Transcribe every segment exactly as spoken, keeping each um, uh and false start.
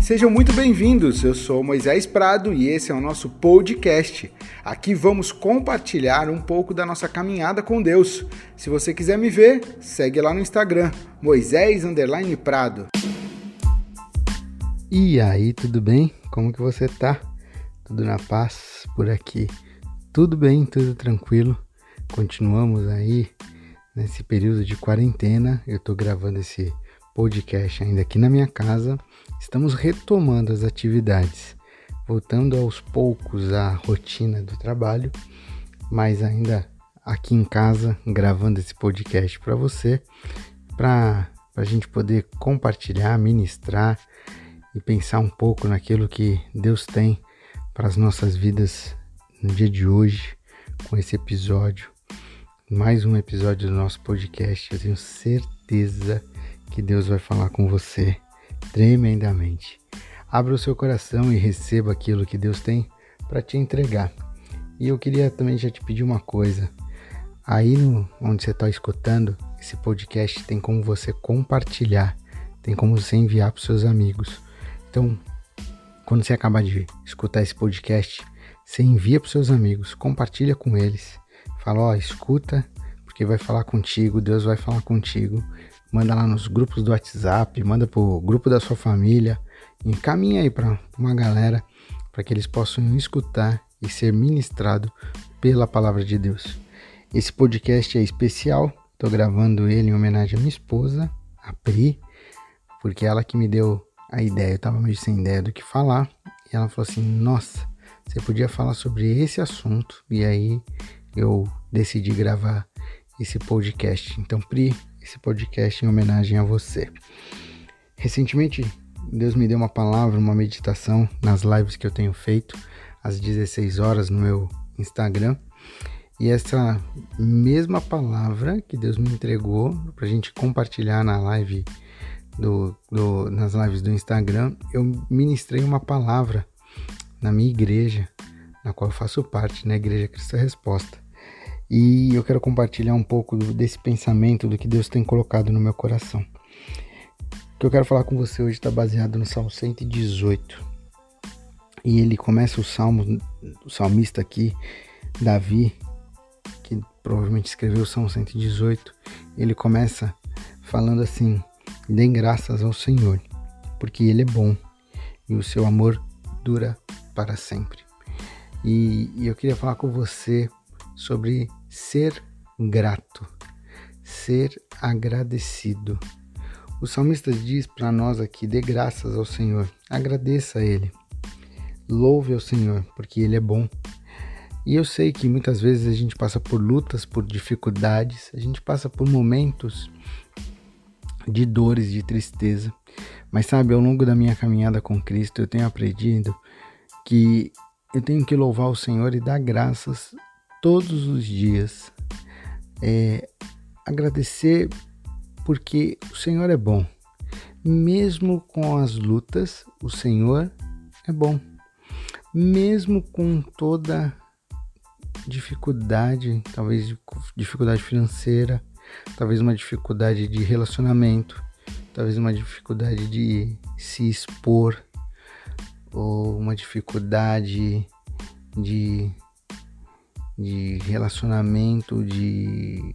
Sejam muito bem-vindos, eu sou Moisés Prado e esse é o nosso podcast. Aqui vamos compartilhar um pouco da nossa caminhada com Deus. Se você quiser me ver, segue lá no Instagram, Moisés underline Prado. E aí, tudo bem? Como que você tá? Tudo na paz por aqui? Tudo bem, tudo tranquilo. Continuamos aí nesse período de quarentena. Eu tô gravando esse podcast ainda aqui na minha casa. Estamos retomando as atividades, voltando aos poucos à rotina do trabalho, mas ainda aqui em casa gravando esse podcast para você, para a gente poder compartilhar, ministrar e pensar um pouco naquilo que Deus tem para as nossas vidas no dia de hoje, com esse episódio, mais um episódio do nosso podcast. Eu tenho certeza que Deus vai falar com você tremendamente. Abra o seu coração e receba aquilo que Deus tem para te entregar. E eu queria também já te pedir uma coisa. Aí no, onde você está escutando esse podcast, tem como você compartilhar, tem como você enviar para os seus amigos. Então, quando você acabar de escutar esse podcast, você envia para os seus amigos, compartilha com eles. Fala, ó, escuta, porque vai falar contigo, Deus vai falar contigo. Manda lá nos grupos do WhatsApp, manda pro grupo da sua família, encaminha aí para uma galera, para que eles possam escutar e ser ministrado pela palavra de Deus. Esse podcast é especial, estou gravando ele em homenagem à minha esposa, a Pri, porque ela que me deu a ideia, eu estava meio sem ideia do que falar, e ela falou assim, nossa, você podia falar sobre esse assunto, e aí eu decidi gravar esse podcast. Então, Pri, esse podcast em homenagem a você. Recentemente, Deus me deu uma palavra, uma meditação nas lives que eu tenho feito às dezesseis horas no meu Instagram. E essa mesma palavra que Deus me entregou para a gente compartilhar na live do, do, nas lives do Instagram, eu ministrei uma palavra na minha igreja, na qual eu faço parte, na Igreja Cristo Resposta. E eu quero compartilhar um pouco desse pensamento, do que Deus tem colocado no meu coração. O que eu quero falar com você hoje está baseado no Salmo cento e dezoito. E ele começa o salmo, o salmista aqui, Davi, que provavelmente escreveu o Salmo cento e dezoito, ele começa falando assim, deem graças ao Senhor, porque Ele é bom e o seu amor dura para sempre. E, e eu queria falar com você sobre ser grato, ser agradecido. O salmista diz para nós aqui, dê graças ao Senhor, agradeça a Ele, louve ao Senhor, porque Ele é bom. E eu sei que muitas vezes a gente passa por lutas, por dificuldades, a gente passa por momentos de dores, de tristeza, mas sabe, ao longo da minha caminhada com Cristo, eu tenho aprendido que eu tenho que louvar o Senhor e dar graças todos os dias, é, agradecer porque o Senhor é bom, mesmo com as lutas, o Senhor é bom, mesmo com toda dificuldade, talvez dificuldade financeira, talvez uma dificuldade de relacionamento, talvez uma dificuldade de se expor, ou uma dificuldade de de relacionamento, de,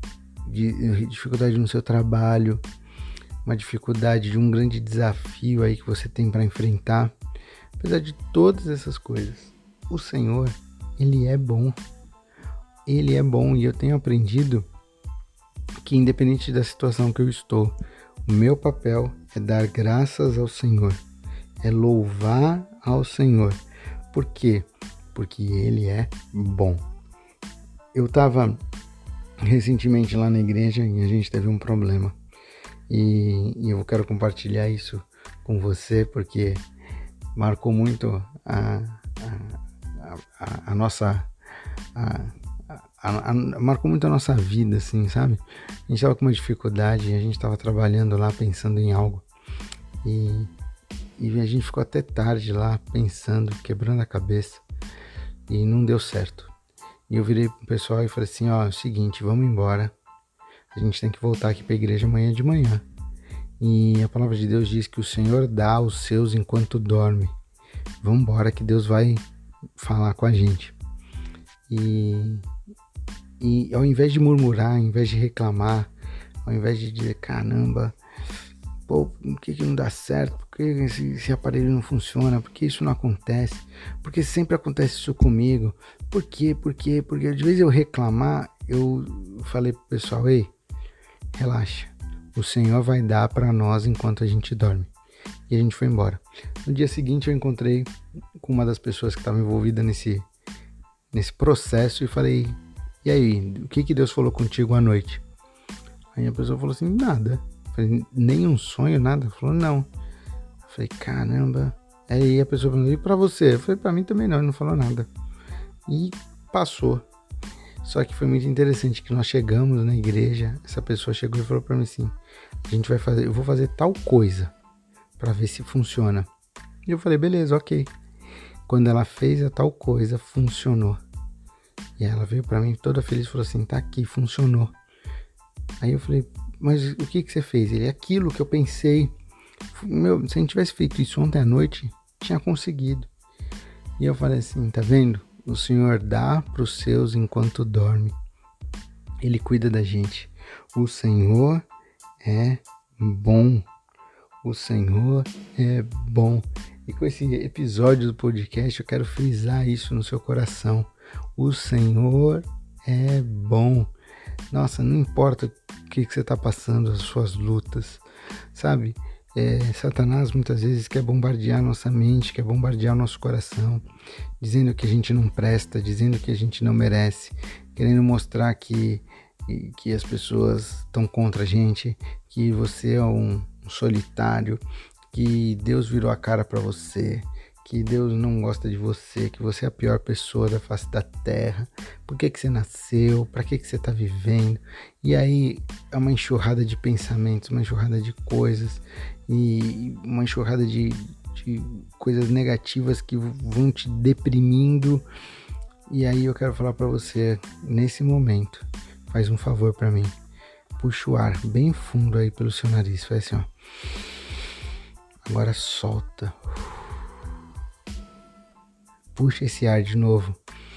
de dificuldade no seu trabalho, uma dificuldade de um grande desafio aí que você tem para enfrentar. Apesar de todas essas coisas, o Senhor, Ele é bom. Ele é bom e eu tenho aprendido que independente da situação que eu estou, o meu papel é dar graças ao Senhor, é louvar ao Senhor. Por quê? Porque Ele é bom. Eu estava recentemente lá na igreja e a gente teve um problema. E, e eu quero compartilhar isso com você porque marcou muito a, a, a, a nossa... A, a, a, marcou muito a nossa vida, assim, sabe? A gente estava com uma dificuldade e a gente estava trabalhando lá, pensando em algo. E, e a gente ficou até tarde lá, pensando, quebrando a cabeça. E não deu certo. E eu virei pro pessoal e falei assim, ó, é o seguinte, vamos embora. A gente tem que voltar aqui pra igreja amanhã de manhã. E a palavra de Deus diz que o Senhor dá aos seus enquanto dorme. Vamos embora que Deus vai falar com a gente. E, e ao invés de murmurar, ao invés de reclamar, ao invés de dizer, caramba, pô, por que, que não dá certo? Por que esse, esse aparelho não funciona? Por que isso não acontece? Por que sempre acontece isso comigo? Por quê? Por quê? Porque de vez eu reclamar, eu falei pro pessoal, ei, relaxa, o Senhor vai dar para nós enquanto a gente dorme. E a gente foi embora. No dia seguinte eu encontrei com uma das pessoas que estava envolvida nesse, nesse processo e falei, e aí, o que, que Deus falou contigo à noite? Aí a pessoa falou assim, nada. Eu falei, nenhum sonho, nada? Ela falou, não. Eu falei, caramba. Aí a pessoa falou, e pra você? Eu falei, pra mim também não, ele não falou nada. E passou. Só que foi muito interessante que nós chegamos na igreja, essa pessoa chegou e falou pra mim assim, a gente vai fazer, eu vou fazer tal coisa pra ver se funciona. E eu falei, beleza, ok. Quando ela fez a tal coisa, funcionou. E ela veio pra mim toda feliz e falou assim, tá aqui, funcionou. Aí eu falei, mas o que que você fez? Ele, aquilo que eu pensei, meu, se a gente tivesse feito isso ontem à noite, tinha conseguido. E eu falei assim, tá vendo? O Senhor dá para os seus enquanto dorme. Ele cuida da gente. O Senhor é bom. O Senhor é bom. E com esse episódio do podcast, eu quero frisar isso no seu coração. O Senhor é bom. Nossa, não importa o que, que você está passando, as suas lutas, sabe? É, Satanás muitas vezes quer bombardear nossa mente, quer bombardear nosso coração, dizendo que a gente não presta, dizendo que a gente não merece, querendo mostrar que, que as pessoas estão contra a gente, que você é um, um solitário, que Deus virou a cara para você, que Deus não gosta de você, que você é a pior pessoa da face da terra, por que que você nasceu, para que que você está vivendo, e aí é uma enxurrada de pensamentos, uma enxurrada de coisas, e uma enxurrada de, de coisas negativas que vão te deprimindo, e aí eu quero falar para você, nesse momento, faz um favor para mim, puxa o ar bem fundo aí pelo seu nariz, faz assim, ó, agora solta, puxa esse ar de novo.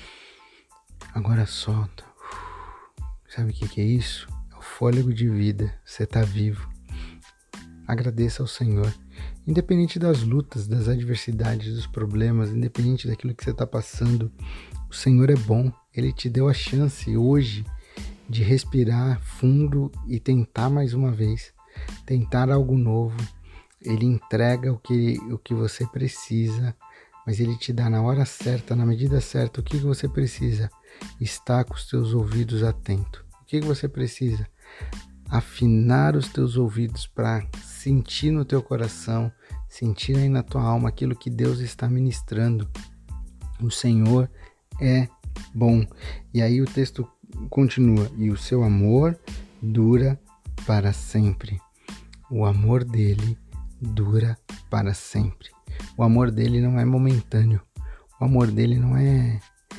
Agora solta. Sabe o que, que é isso? É o fôlego de vida. Você está vivo. Agradeça ao Senhor. Independente das lutas, das adversidades, dos problemas, independente daquilo que você está passando, o Senhor é bom. Ele te deu a chance hoje de respirar fundo e tentar mais uma vez. Tentar algo novo. Ele entrega o que, o que você precisa. Mas ele te dá na hora certa, na medida certa, o que você precisa? Estar com os teus ouvidos atentos. O que você precisa? Afinar os teus ouvidos para sentir no teu coração, sentir aí na tua alma aquilo que Deus está ministrando. O Senhor é bom. E aí o texto continua. E o seu amor dura para sempre. O amor dele dura para sempre. O amor dele não é momentâneo. O amor dele não é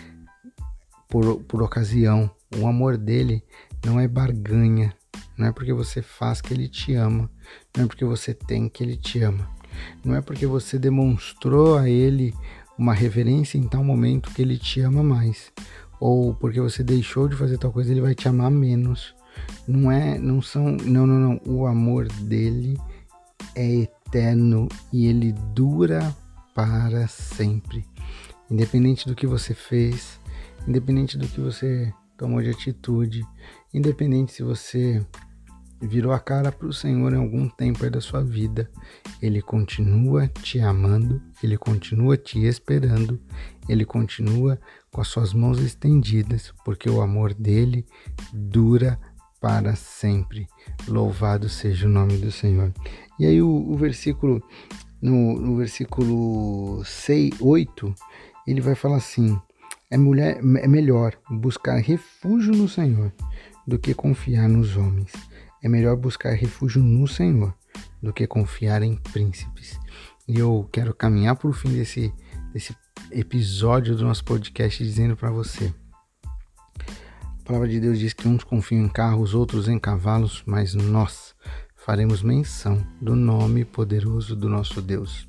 por, por ocasião. O amor dele não é barganha. Não é porque você faz que ele te ama. Não é porque você tem que ele te ama. Não é porque você demonstrou a ele uma reverência em tal momento que ele te ama mais. Ou porque você deixou de fazer tal coisa, ele vai te amar menos. Não é, não são, não, não, não. O amor dele é eterno e ele dura para sempre. Independente do que você fez, independente do que você tomou de atitude, independente se você virou a cara para o Senhor em algum tempo aí da sua vida, ele continua te amando, ele continua te esperando, ele continua com as suas mãos estendidas, porque o amor dele dura para sempre. Louvado seja o nome do Senhor. E aí o, o versículo, no, no versículo seis, oito, ele vai falar assim, é, mulher, é melhor buscar refúgio no Senhor do que confiar nos homens. É melhor buscar refúgio no Senhor do que confiar em príncipes. E eu quero caminhar para o fim desse, desse episódio do nosso podcast dizendo para você. A palavra de Deus diz que uns confiam em carros, outros em cavalos, mas nós faremos menção do nome poderoso do nosso Deus.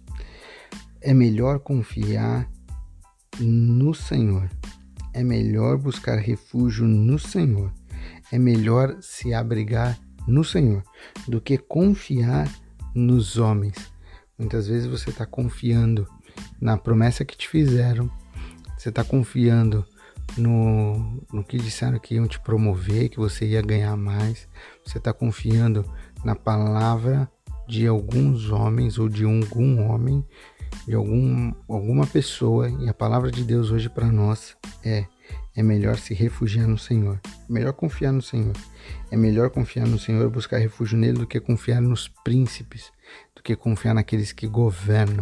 É melhor confiar no Senhor. É melhor buscar refúgio no Senhor. É melhor se abrigar no Senhor do que confiar nos homens. Muitas vezes você está confiando na promessa que te fizeram, você está confiando no, no que disseram que iam te promover, que você ia ganhar mais, você está confiando na palavra de alguns homens ou de algum homem, de algum, alguma pessoa, e a palavra de Deus hoje para nós é é melhor se refugiar no Senhor, é melhor confiar no Senhor, é melhor confiar no Senhor, buscar refúgio nele do que confiar nos príncipes, do que confiar naqueles que governam.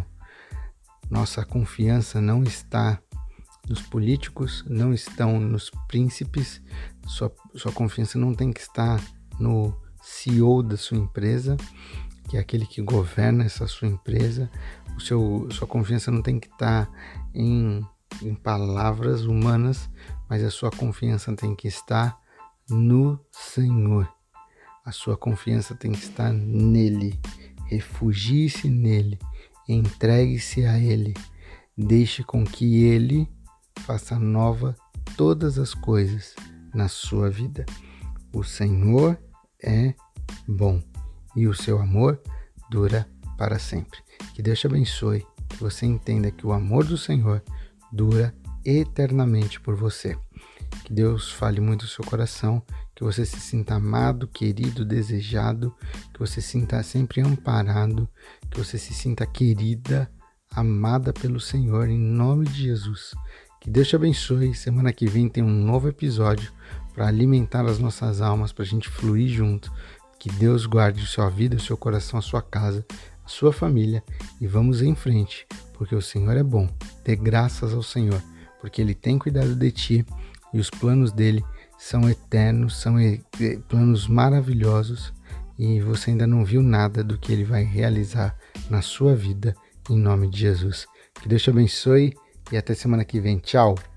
Nossa confiança não está nos políticos, não estão nos príncipes, sua, sua confiança não tem que estar no C E O da sua empresa, que é aquele que governa essa sua empresa. O seu, sua confiança não tem que estar em, em palavras humanas, mas a sua confiança tem que estar no Senhor. A sua confiança tem que estar nele. Refugie-se nele. Entregue-se a ele. Deixe com que ele faça nova todas as coisas na sua vida. O Senhor é bom e o seu amor dura para sempre. Que Deus te abençoe, que você entenda que o amor do Senhor dura eternamente por você. Que Deus fale muito no seu coração, que você se sinta amado, querido, desejado, que você se sinta sempre amparado, que você se sinta querida, amada pelo Senhor, em nome de Jesus. Que Deus te abençoe. Semana que vem tem um novo episódio para alimentar as nossas almas, para a gente fluir junto. Que Deus guarde a sua vida, o seu coração, a sua casa, a sua família, e vamos em frente, porque o Senhor é bom. Dê graças ao Senhor, porque Ele tem cuidado de ti e os planos dele são eternos, são planos maravilhosos, e você ainda não viu nada do que Ele vai realizar na sua vida, em nome de Jesus. Que Deus te abençoe e até semana que vem. Tchau!